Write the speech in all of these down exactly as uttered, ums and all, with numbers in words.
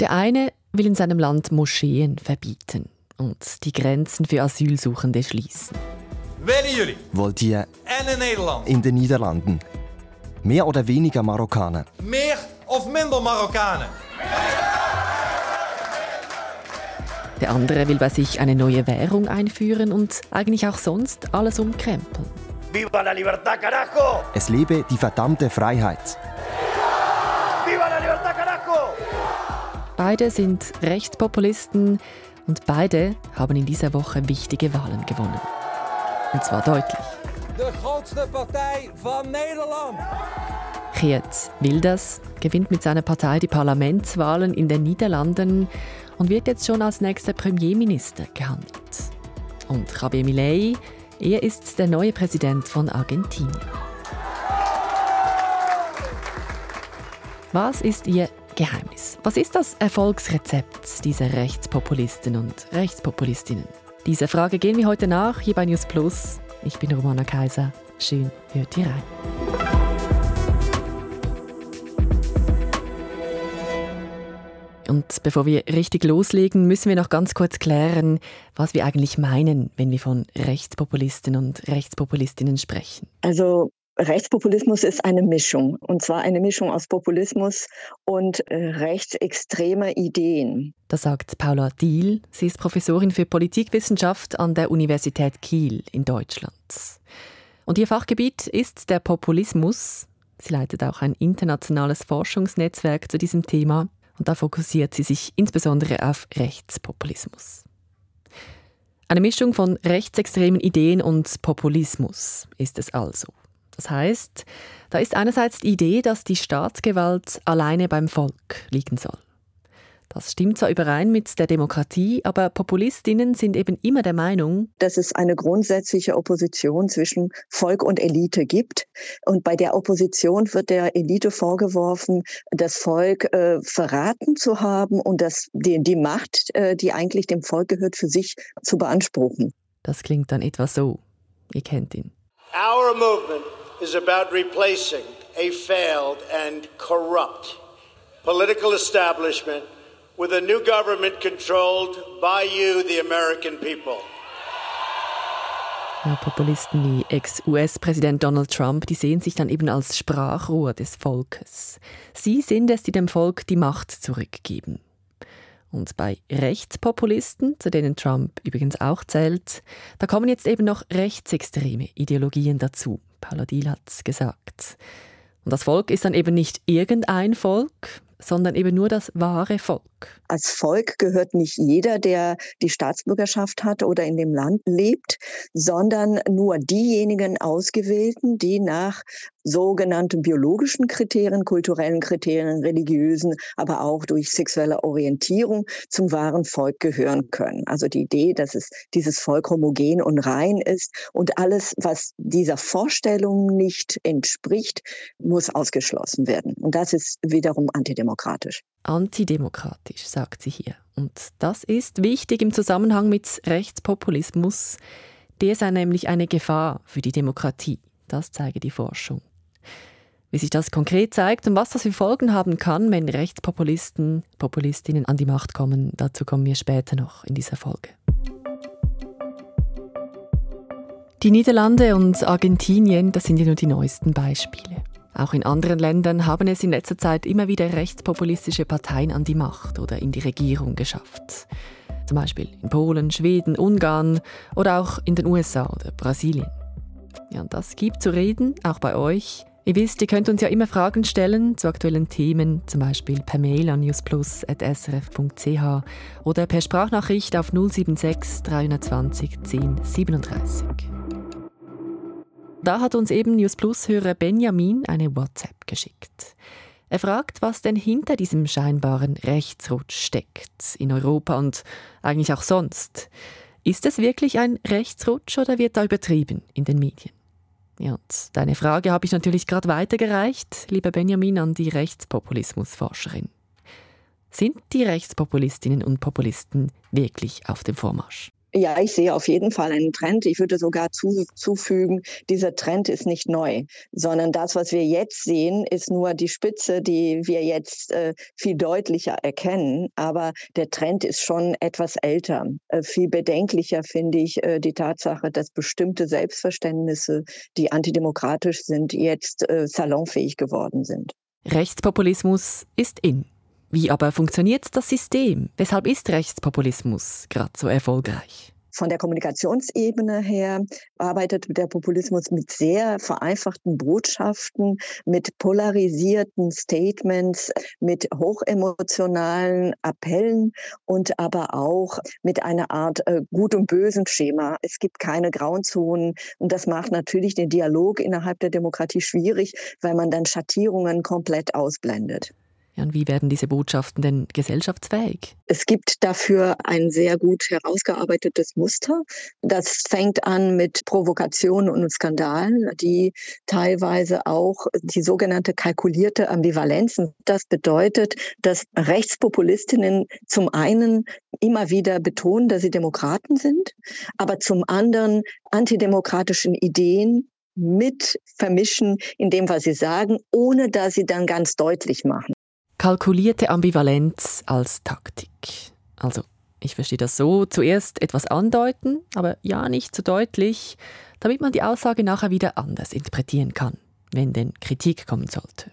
Der eine will in seinem Land Moscheen verbieten und die Grenzen für Asylsuchende schließen. Willen jullie? Wollt ihr En in Nederland? in den Niederlanden mehr oder weniger Marokkaner? Meer of minder Marokkanen? Der andere will bei sich eine neue Währung einführen und eigentlich auch sonst alles umkrempeln. Viva la libertad, carajo! Es lebe die verdammte Freiheit. Viva la libertad, carajo! Beide sind Rechtspopulisten und beide haben in dieser Woche wichtige Wahlen gewonnen. Und zwar deutlich. De grootste Partij van Nederland. Geert Wilders gewinnt mit seiner Partei die Parlamentswahlen in den Niederlanden und wird jetzt schon als nächster Premierminister gehandelt. Und Javier Milei, er ist der neue Präsident von Argentinien. Was ist ihr Geheimnis? Was ist das Erfolgsrezept dieser Rechtspopulisten und Rechtspopulistinnen? Dieser Frage gehen wir heute nach, hier bei News Plus. Ich bin Romana Kaiser. Schön, hört ihr rein. Und bevor wir richtig loslegen, müssen wir noch ganz kurz klären, was wir eigentlich meinen, wenn wir von Rechtspopulisten und Rechtspopulistinnen sprechen. Also Rechtspopulismus ist eine Mischung, und zwar eine Mischung aus Populismus und äh, rechtsextremer Ideen. Das sagt Paula Diehl. Sie ist Professorin für Politikwissenschaft an der Universität Kiel in Deutschland. Und ihr Fachgebiet ist der Populismus. Sie leitet auch ein internationales Forschungsnetzwerk zu diesem Thema. Und da fokussiert sie sich insbesondere auf Rechtspopulismus. Eine Mischung von rechtsextremen Ideen und Populismus ist es also. Das heißt, da ist einerseits die Idee, dass die Staatsgewalt alleine beim Volk liegen soll. Das stimmt zwar überein mit der Demokratie, aber Populistinnen sind eben immer der Meinung, dass es eine grundsätzliche Opposition zwischen Volk und Elite gibt. Und bei der Opposition wird der Elite vorgeworfen, das Volk äh, verraten zu haben und das, die, die Macht, äh, die eigentlich dem Volk gehört, für sich zu beanspruchen. Das klingt dann etwa so. Ihr kennt ihn. Our movement is about replacing a failed and corrupt political establishment with a new government controlled by you, the American people. Ja, Populisten wie Ex-U S-Präsident Donald Trump, die sehen sich dann eben als Sprachrohr des Volkes. Sie sind es, die dem Volk die Macht zurückgeben. Und bei Rechtspopulisten, zu denen Trump übrigens auch zählt, da kommen jetzt eben noch rechtsextreme Ideologien dazu. Paula Diehl hat es gesagt. Und das Volk ist dann eben nicht irgendein Volk, sondern eben nur das wahre Volk. Als Volk gehört nicht jeder, der die Staatsbürgerschaft hat oder in dem Land lebt, sondern nur diejenigen Ausgewählten, die nach sogenannten biologischen Kriterien, kulturellen Kriterien, religiösen, aber auch durch sexuelle Orientierung zum wahren Volk gehören können. Also die Idee, dass es dieses Volk homogen und rein ist und alles, was dieser Vorstellung nicht entspricht, muss ausgeschlossen werden. Und das ist wiederum antidemokratisch. Antidemokratisch, sagt sie hier. Und das ist wichtig im Zusammenhang mit Rechtspopulismus. Der sei nämlich eine Gefahr für die Demokratie. Das zeige die Forschung. Wie sich das konkret zeigt und was das für Folgen haben kann, wenn Rechtspopulisten, Populistinnen an die Macht kommen, dazu kommen wir später noch in dieser Folge. Die Niederlande und Argentinien, das sind ja nur die neuesten Beispiele. Auch in anderen Ländern haben es in letzter Zeit immer wieder rechtspopulistische Parteien an die Macht oder in die Regierung geschafft. Zum Beispiel in Polen, Schweden, Ungarn oder auch in den U S A oder Brasilien. Ja, und das gibt zu reden, auch bei euch. Ihr wisst, ihr könnt uns ja immer Fragen stellen zu aktuellen Themen, zum Beispiel per Mail an newsplus at s r f punkt c h oder per Sprachnachricht auf null sieben sechs dreihundertzwanzig zehn siebenunddreißig. Da hat uns eben News Plus-Hörer Benjamin eine WhatsApp geschickt. Er fragt, was denn hinter diesem scheinbaren Rechtsrutsch steckt, in Europa und eigentlich auch sonst. Ist es wirklich ein Rechtsrutsch oder wird da übertrieben in den Medien? Ja, und deine Frage habe ich natürlich gerade weitergereicht, lieber Benjamin, an die Rechtspopulismusforscherin. Sind die Rechtspopulistinnen und Populisten wirklich auf dem Vormarsch? Ja, ich sehe auf jeden Fall einen Trend. Ich würde sogar zu, zufügen, dieser Trend ist nicht neu, sondern das, was wir jetzt sehen, ist nur die Spitze, die wir jetzt äh, viel deutlicher erkennen. Aber der Trend ist schon etwas älter. Äh, viel bedenklicher finde ich äh, die Tatsache, dass bestimmte Selbstverständnisse, die antidemokratisch sind, jetzt äh, salonfähig geworden sind. Rechtspopulismus ist in. Wie aber funktioniert das System? Weshalb ist Rechtspopulismus gerade so erfolgreich? Von der Kommunikationsebene her arbeitet der Populismus mit sehr vereinfachten Botschaften, mit polarisierten Statements, mit hochemotionalen Appellen und aber auch mit einer Art äh, Gut- und Bösen-Schema. Es gibt keine grauen Zonen und das macht natürlich den Dialog innerhalb der Demokratie schwierig, weil man dann Schattierungen komplett ausblendet. Ja, und wie werden diese Botschaften denn gesellschaftsfähig? Es gibt dafür ein sehr gut herausgearbeitetes Muster. Das fängt an mit Provokationen und Skandalen, die teilweise auch die sogenannte kalkulierte Ambivalenz. Das bedeutet, dass Rechtspopulistinnen zum einen immer wieder betonen, dass sie Demokraten sind, aber zum anderen antidemokratischen Ideen mit vermischen in dem, was sie sagen, ohne dass sie dann ganz deutlich machen. Kalkulierte Ambivalenz als Taktik. Also, ich verstehe das so, zuerst etwas andeuten, aber ja nicht zu deutlich, damit man die Aussage nachher wieder anders interpretieren kann, wenn denn Kritik kommen sollte.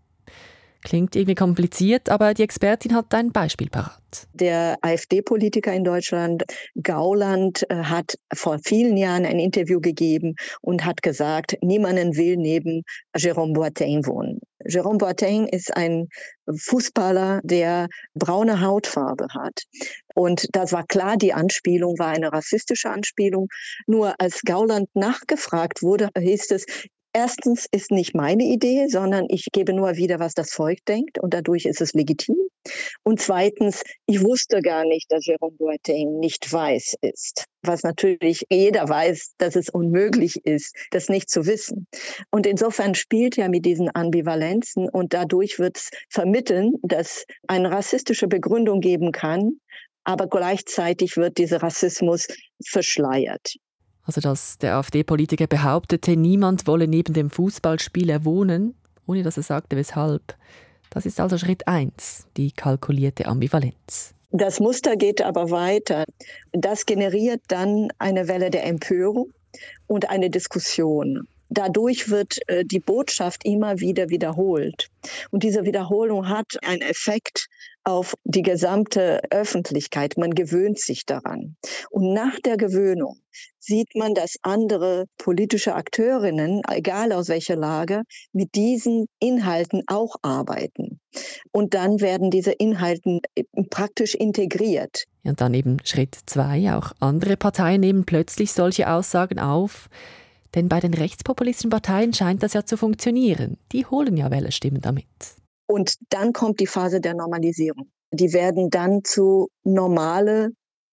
Klingt irgendwie kompliziert, aber die Expertin hat ein Beispiel parat. Der AfD-Politiker in Deutschland, Gauland, hat vor vielen Jahren ein Interview gegeben und hat gesagt, niemanden will neben Jérôme Boateng wohnen. Jérôme Boateng ist ein Fußballer, der braune Hautfarbe hat. Und das war klar, die Anspielung war eine rassistische Anspielung. Nur als Gauland nachgefragt wurde, hieß es, erstens ist nicht meine Idee, sondern ich gebe nur wieder, was das Volk denkt und dadurch ist es legitim. Und zweitens, ich wusste gar nicht, dass Jérôme Boateng nicht weiß ist. Was natürlich jeder weiß, dass es unmöglich ist, das nicht zu wissen. Und insofern spielt ja mit diesen Ambivalenzen und dadurch wird es vermitteln, dass eine rassistische Begründung geben kann, aber gleichzeitig wird dieser Rassismus verschleiert. Also dass der AfD-Politiker behauptete, niemand wolle neben dem Fußballspieler wohnen, ohne dass er sagte, weshalb. Das ist also Schritt eins, die kalkulierte Ambivalenz. Das Muster geht aber weiter. Das generiert dann eine Welle der Empörung und eine Diskussion. Dadurch wird äh, die Botschaft immer wieder wiederholt. Und diese Wiederholung hat einen Effekt auf die gesamte Öffentlichkeit. Man gewöhnt sich daran. Und nach der Gewöhnung sieht man, dass andere politische Akteurinnen, egal aus welcher Lage, mit diesen Inhalten auch arbeiten. Und dann werden diese Inhalte praktisch integriert. Ja, und dann eben Schritt zwei. Auch andere Parteien nehmen plötzlich solche Aussagen auf. Denn bei den rechtspopulistischen Parteien scheint das ja zu funktionieren. Die holen ja Wählerstimmen damit. Und dann kommt die Phase der Normalisierung. Die werden dann zu normale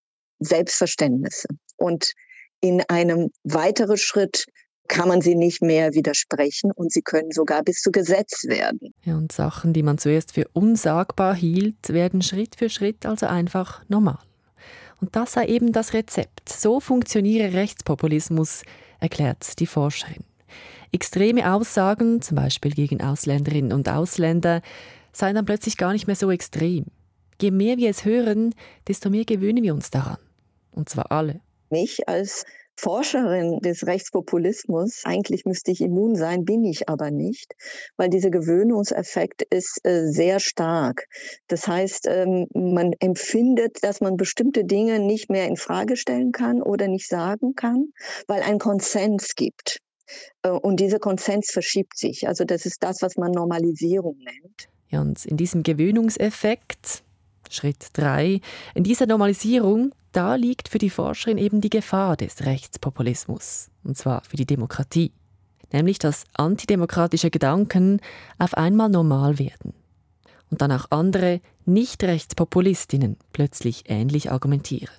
Selbstverständnisse. Und in einem weiteren Schritt kann man sie nicht mehr widersprechen und sie können sogar bis zu Gesetz werden. Ja, und Sachen, die man zuerst für unsagbar hielt, werden Schritt für Schritt also einfach normal. Und das sei eben das Rezept. So funktioniere Rechtspopulismus, erklärt die Forscherin. Extreme Aussagen, zum Beispiel gegen Ausländerinnen und Ausländer, seien dann plötzlich gar nicht mehr so extrem. Je mehr wir es hören, desto mehr gewöhnen wir uns daran. Und zwar alle. Mich als Forscherin des Rechtspopulismus, eigentlich müsste ich immun sein, bin ich aber nicht, weil dieser Gewöhnungseffekt ist äh, sehr stark. Das heißt, ähm, man empfindet, dass man bestimmte Dinge nicht mehr in Frage stellen kann oder nicht sagen kann, weil ein Konsens gibt. Äh, und dieser Konsens verschiebt sich. Also das ist das, was man Normalisierung nennt. Ja, und in diesem Gewöhnungseffekt, Schritt drei, in dieser Normalisierung, da liegt für die Forscherin eben die Gefahr des Rechtspopulismus, und zwar für die Demokratie. Nämlich, dass antidemokratische Gedanken auf einmal normal werden. Und dann auch andere Nicht-Rechtspopulistinnen plötzlich ähnlich argumentieren.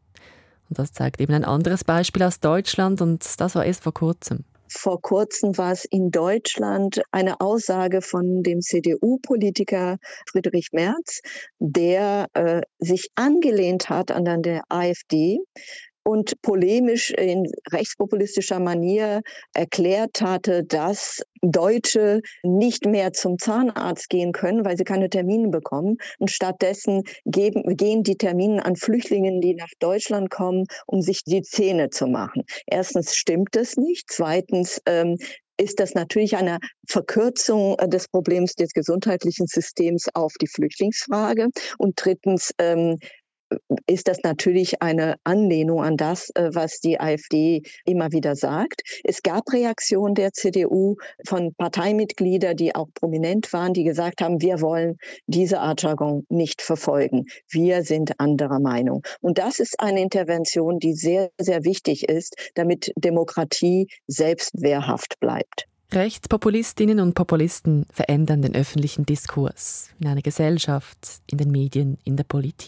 Und das zeigt eben ein anderes Beispiel aus Deutschland und das war erst vor kurzem. Vor kurzem war es in Deutschland eine Aussage von dem C D U-Politiker Friedrich Merz, der äh, sich angelehnt hat an der AfD und polemisch in rechtspopulistischer Manier erklärt hatte, dass Deutsche nicht mehr zum Zahnarzt gehen können, weil sie keine Termine bekommen. Und stattdessen geben, gehen die Termine an Flüchtlinge, die nach Deutschland kommen, um sich die Zähne zu machen. Erstens stimmt das nicht. Zweitens ähm, ist das natürlich eine Verkürzung des Problems des gesundheitlichen Systems auf die Flüchtlingsfrage. Und drittens ähm, ist das natürlich eine Anlehnung an das, was die AfD immer wieder sagt. Es gab Reaktionen der C D U von Parteimitgliedern, die auch prominent waren, die gesagt haben, wir wollen diese Art Jargon nicht verfolgen. Wir sind anderer Meinung. Und das ist eine Intervention, die sehr, sehr wichtig ist, damit Demokratie selbst wehrhaft bleibt. Rechtspopulistinnen und Populisten verändern den öffentlichen Diskurs in einer Gesellschaft, in den Medien, in der Politik.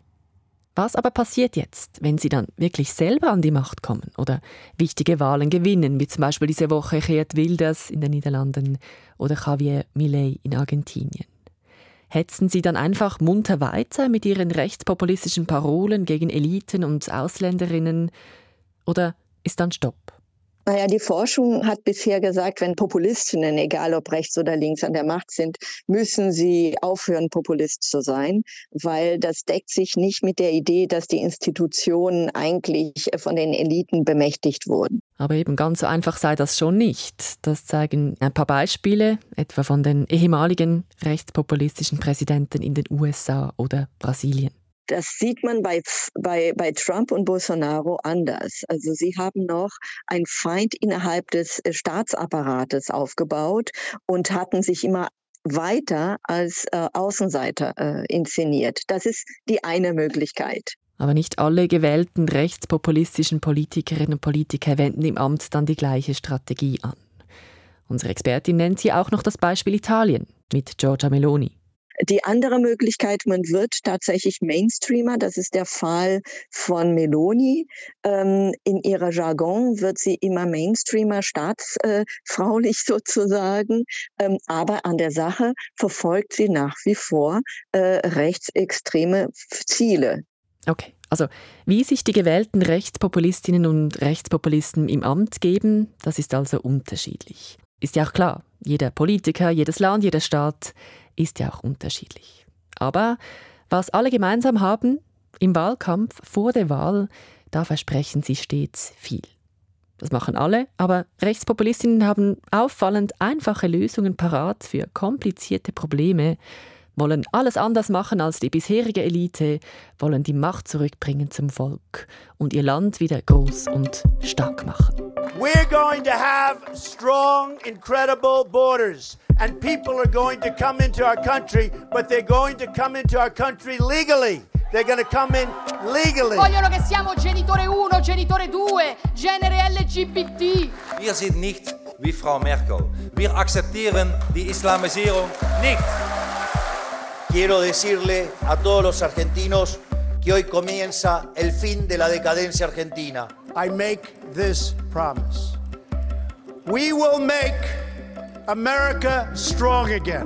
Was aber passiert jetzt, wenn sie dann wirklich selber an die Macht kommen oder wichtige Wahlen gewinnen, wie zum Beispiel diese Woche Geert Wilders in den Niederlanden oder Javier Milei in Argentinien? Hetzen sie dann einfach munter weiter mit ihren rechtspopulistischen Parolen gegen Eliten und Ausländerinnen oder ist dann Stopp? Naja, die Forschung hat bisher gesagt, wenn Populistinnen, egal ob rechts oder links an der Macht sind, müssen sie aufhören, Populist zu sein, weil das deckt sich nicht mit der Idee, dass die Institutionen eigentlich von den Eliten bemächtigt wurden. Aber eben ganz so einfach sei das schon nicht. Das zeigen ein paar Beispiele, etwa von den ehemaligen rechtspopulistischen Präsidenten in den U S A oder Brasilien. Das sieht man bei, bei, bei Trump und Bolsonaro anders. Also sie haben noch einen Feind innerhalb des Staatsapparates aufgebaut und hatten sich immer weiter als äh, Außenseiter äh, inszeniert. Das ist die eine Möglichkeit. Aber nicht alle gewählten rechtspopulistischen Politikerinnen und Politiker wenden im Amt dann die gleiche Strategie an. Unsere Expertin nennt hier auch noch das Beispiel Italien mit Giorgia Meloni. Die andere Möglichkeit, man wird tatsächlich Mainstreamer, das ist der Fall von Meloni. Ähm, in ihrer Jargon wird sie immer Mainstreamer, staatsfraulich äh, sozusagen, ähm, aber an der Sache verfolgt sie nach wie vor äh, rechtsextreme Ziele. Okay, also wie sich die gewählten Rechtspopulistinnen und Rechtspopulisten im Amt geben, das ist also unterschiedlich. Ist ja auch klar, jeder Politiker, jedes Land, jeder Staat ist ja auch unterschiedlich. Aber was alle gemeinsam haben, im Wahlkampf vor der Wahl, da versprechen sie stets viel. Das machen alle, aber Rechtspopulistinnen haben auffallend einfache Lösungen parat für komplizierte Probleme, wollen alles anders machen als die bisherige Elite, wollen die Macht zurückbringen zum Volk und ihr Land wieder groß und stark machen. We're going to have strong, incredible borders. And people are going to come into our country, but they're going to come into our country legally. They're going to come in legally. Vogliono che siamo genitore uno, genitore due, genere L G B T. Wir sind nicht wie Frau Merkel. Wir akzeptieren die Islamisierung nicht. Quiero decirle a todos los argentinos que hoy comienza el fin de la decadencia argentina. I make this promise. We will make America strong again.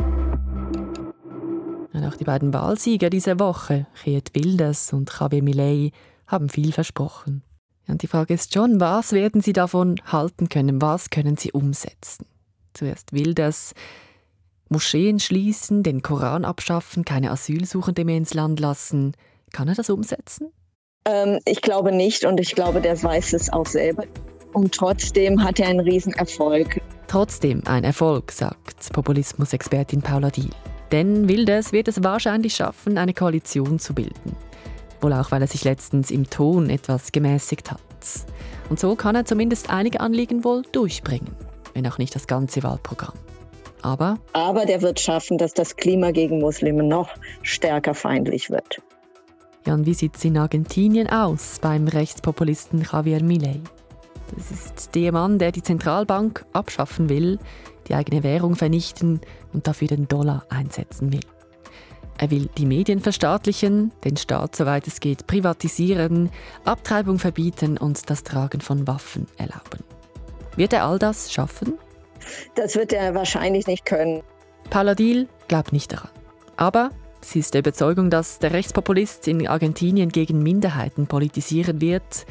Und auch die beiden Wahlsieger dieser Woche, Geert Wilders und Javier Milei, haben viel versprochen. Und die Frage ist schon, was werden sie davon halten können? Was können sie umsetzen? Zuerst Wilders: Moscheen schließen, den Koran abschaffen, keine Asylsuchende mehr ins Land lassen. Kann er das umsetzen? Ähm, ich glaube nicht und ich glaube, der weiß es auch selber. Und trotzdem hat er einen Riesenerfolg. Trotzdem ein Erfolg, sagt Populismusexpertin Paula Diehl. Denn Wilders wird es wahrscheinlich schaffen, eine Koalition zu bilden. Wohl auch, weil er sich letztens im Ton etwas gemäßigt hat. Und so kann er zumindest einige Anliegen wohl durchbringen, wenn auch nicht das ganze Wahlprogramm. Aber, Aber der wird schaffen, dass das Klima gegen Muslime noch stärker feindlich wird. Ja, und wie sieht es in Argentinien aus beim Rechtspopulisten Javier Milei? Das ist der Mann, der die Zentralbank abschaffen will, die eigene Währung vernichten und dafür den Dollar einsetzen will. Er will die Medien verstaatlichen, den Staat, soweit es geht, privatisieren, Abtreibung verbieten und das Tragen von Waffen erlauben. Wird er all das schaffen? Das wird er wahrscheinlich nicht können. Paula Diehl glaubt nicht daran. Aber sie ist der Überzeugung, dass der Rechtspopulist in Argentinien gegen Minderheiten politisieren wird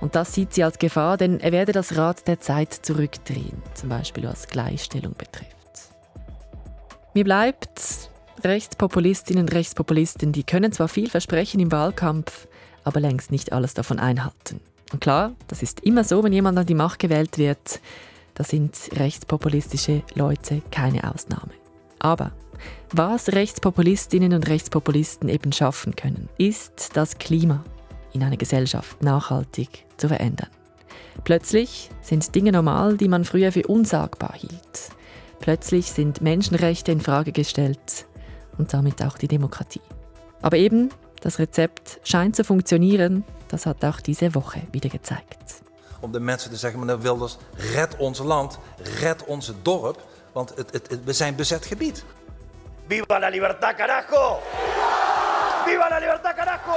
Und das sieht sie als Gefahr, denn er werde das Rad der Zeit zurückdrehen, zum Beispiel was Gleichstellung betrifft. Mir bleibt, Rechtspopulistinnen und Rechtspopulisten, die können zwar viel versprechen im Wahlkampf, aber längst nicht alles davon einhalten. Und klar, das ist immer so, wenn jemand an die Macht gewählt wird, da sind rechtspopulistische Leute keine Ausnahme. Aber was Rechtspopulistinnen und Rechtspopulisten eben schaffen können, ist das Klima in einer Gesellschaft nachhaltig zu verändern. Plötzlich sind Dinge normal, die man früher für unsagbar hielt. Plötzlich sind Menschenrechte in Frage gestellt und damit auch die Demokratie. Aber eben, das Rezept scheint zu funktionieren, das hat auch diese Woche wieder gezeigt. Om de mensen te zeggen, meneer Wilders, red ons land, red ons dorp, want het, het, het, we zijn bezet gebied. ¡Viva la libertad, carajo! ¡Viva la libertad, carajo!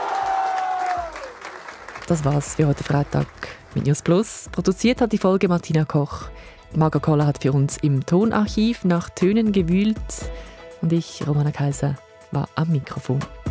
Das war's für heute Freitag mit News Plus. Produziert hat die Folge Martina Koch. Margot Kohler hat für uns im Tonarchiv nach Tönen gewühlt. Und ich, Romana Kaiser, war am Mikrofon.